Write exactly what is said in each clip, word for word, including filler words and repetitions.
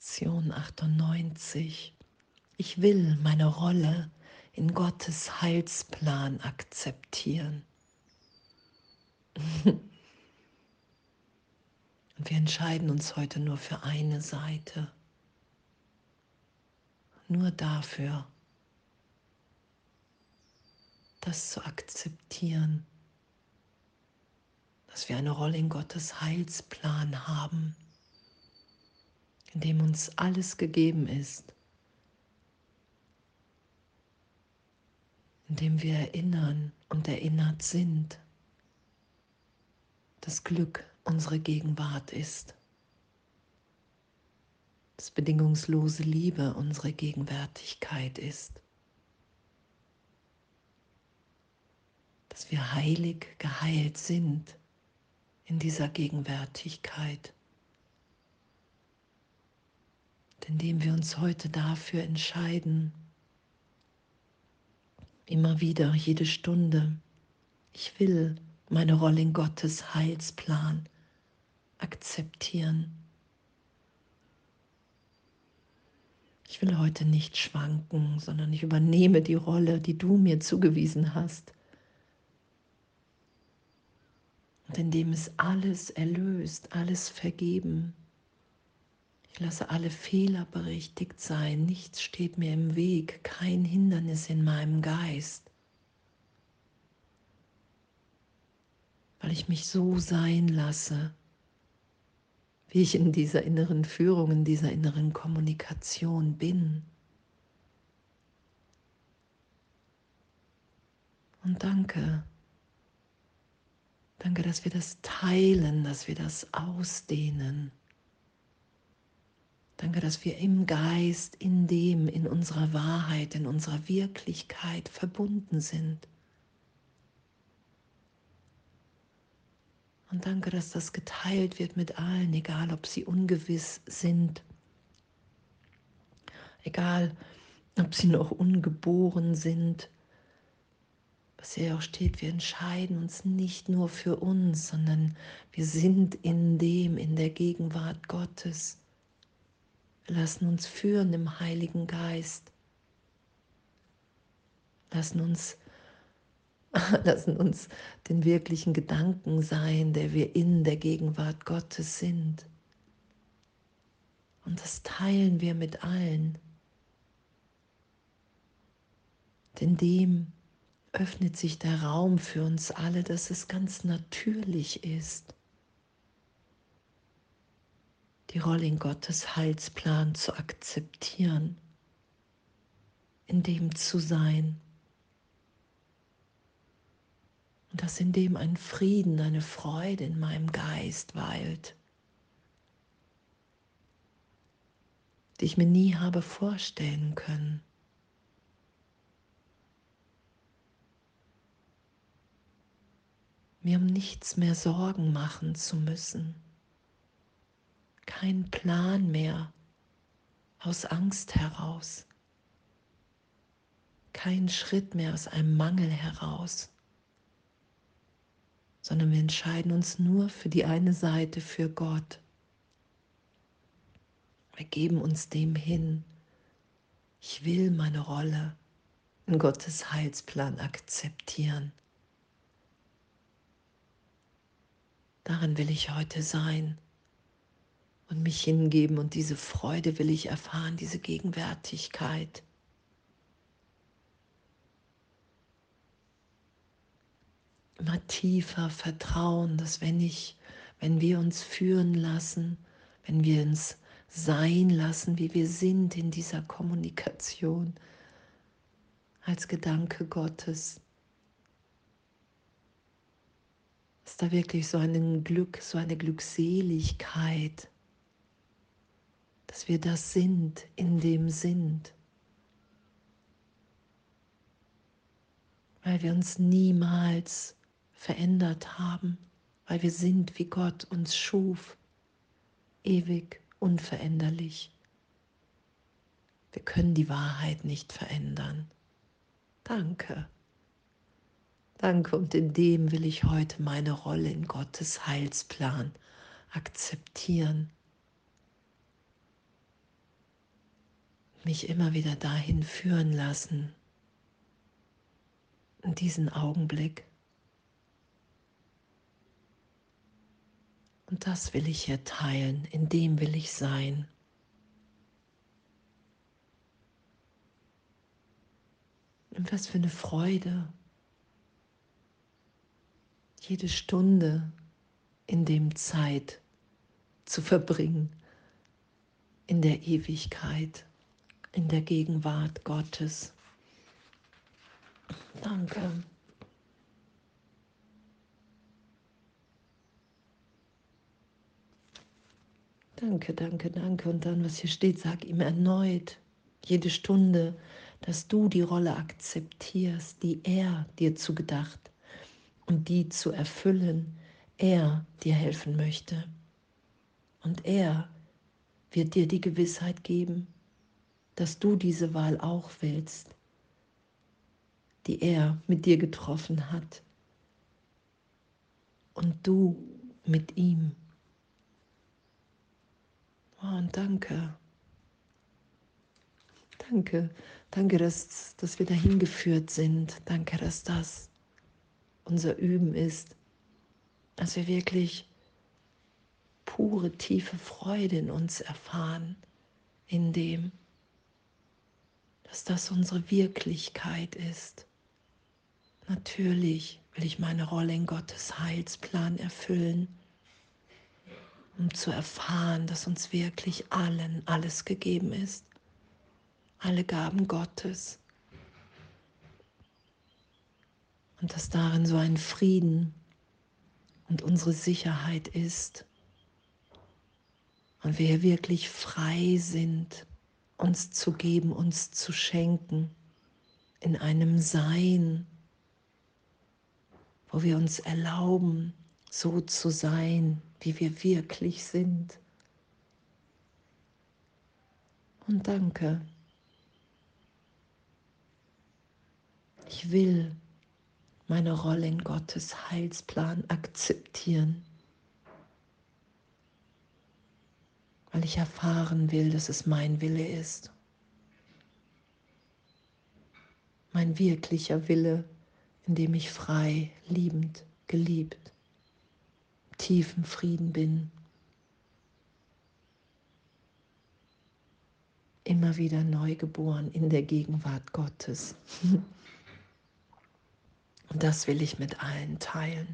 Lektion achtundneunzig. Ich will meine Rolle in Gottes Heilsplan akzeptieren. Und wir entscheiden uns heute nur für eine Seite. Nur dafür, das zu akzeptieren, dass wir eine Rolle in Gottes Heilsplan haben, in dem uns alles gegeben ist, in dem wir erinnern und erinnert sind, dass Glück unsere Gegenwart ist, dass bedingungslose Liebe unsere Gegenwärtigkeit ist, dass wir heilig geheilt sind in dieser Gegenwärtigkeit, indem wir uns heute dafür entscheiden, immer wieder, jede Stunde, ich will meine Rolle in Gottes Heilsplan akzeptieren. Ich will heute nicht schwanken, sondern ich übernehme die Rolle, die du mir zugewiesen hast. Und indem es alles erlöst, alles vergeben. Ich lasse alle Fehler berichtigt sein, nichts steht mir im Weg, kein Hindernis in meinem Geist. Weil ich mich so sein lasse, wie ich in dieser inneren Führung, in dieser inneren Kommunikation bin. Und danke, danke, dass wir das teilen, dass wir das ausdehnen. Danke, dass wir im Geist, in dem, in unserer Wahrheit, in unserer Wirklichkeit verbunden sind. Und danke, dass das geteilt wird mit allen, egal ob sie ungewiss sind, egal ob sie noch ungeboren sind. Was hier auch steht, wir entscheiden uns nicht nur für uns, sondern wir sind in dem, in der Gegenwart Gottes. Wir lassen uns führen im Heiligen Geist. Lassen uns, lassen uns den wirklichen Gedanken sein, der wir in der Gegenwart Gottes sind. Und das teilen wir mit allen. Denn dem öffnet sich der Raum für uns alle, dass es ganz natürlich ist, die Rolle in Gottes Heilsplan zu akzeptieren, in dem zu sein. Und dass in dem ein Frieden, eine Freude in meinem Geist weilt, die ich mir nie habe vorstellen können. Mir um nichts mehr Sorgen machen zu müssen. Kein Plan mehr aus Angst heraus. Kein Schritt mehr aus einem Mangel heraus. Sondern wir entscheiden uns nur für die eine Seite, für Gott. Wir geben uns dem hin. Ich will meine Rolle in Gottes Heilsplan akzeptieren. Darin will ich heute sein und mich hingeben und diese Freude will ich erfahren, diese Gegenwärtigkeit. Immer tiefer Vertrauen, dass wenn ich, wenn wir uns führen lassen, wenn wir uns sein lassen, wie wir sind in dieser Kommunikation als Gedanke Gottes, dass da wirklich so ein Glück, so eine Glückseligkeit, dass wir das sind, in dem sind, weil wir uns niemals verändert haben, weil wir sind, wie Gott uns schuf, ewig, unveränderlich. Wir können die Wahrheit nicht verändern. Danke. Danke und in dem will ich heute meine Rolle in Gottes Heilsplan akzeptieren. mich immer wieder dahin führen lassen, in diesen Augenblick. Und das will ich hier teilen, in dem will ich sein. Und was für eine Freude, jede Stunde in dem Zeit zu verbringen, in der Ewigkeit, in der Gegenwart Gottes. Danke. Danke, danke, danke. Und dann, was hier steht, sag ihm erneut, jede Stunde, dass du die Rolle akzeptierst, die er dir zugedacht und die zu erfüllen, er dir helfen möchte. Und er wird dir die Gewissheit geben, dass du diese Wahl auch willst, die er mit dir getroffen hat. Und du mit ihm. Oh, und danke. Danke. Danke, dass, dass wir dahin geführt sind. Danke, dass das unser Üben ist. Dass wir wirklich pure, tiefe Freude in uns erfahren, in dem, dass das unsere Wirklichkeit ist. Natürlich will ich meine Rolle in Gottes Heilsplan erfüllen, um zu erfahren, dass uns wirklich allen alles gegeben ist. Alle Gaben Gottes. Und dass darin so ein Frieden und unsere Sicherheit ist. Und wir wirklich frei sind, uns zu geben, uns zu schenken, in einem Sein, wo wir uns erlauben, so zu sein, wie wir wirklich sind. Und danke. Ich will meine Rolle in Gottes Heilsplan akzeptieren, weil ich erfahren will, dass es mein Wille ist. Mein wirklicher Wille, in dem ich frei, liebend, geliebt, tiefen Frieden bin. Immer wieder neu geboren in der Gegenwart Gottes. Und das will ich mit allen teilen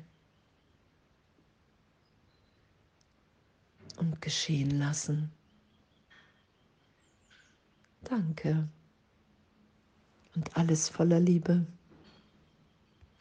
und geschehen lassen. Danke und alles voller Liebe.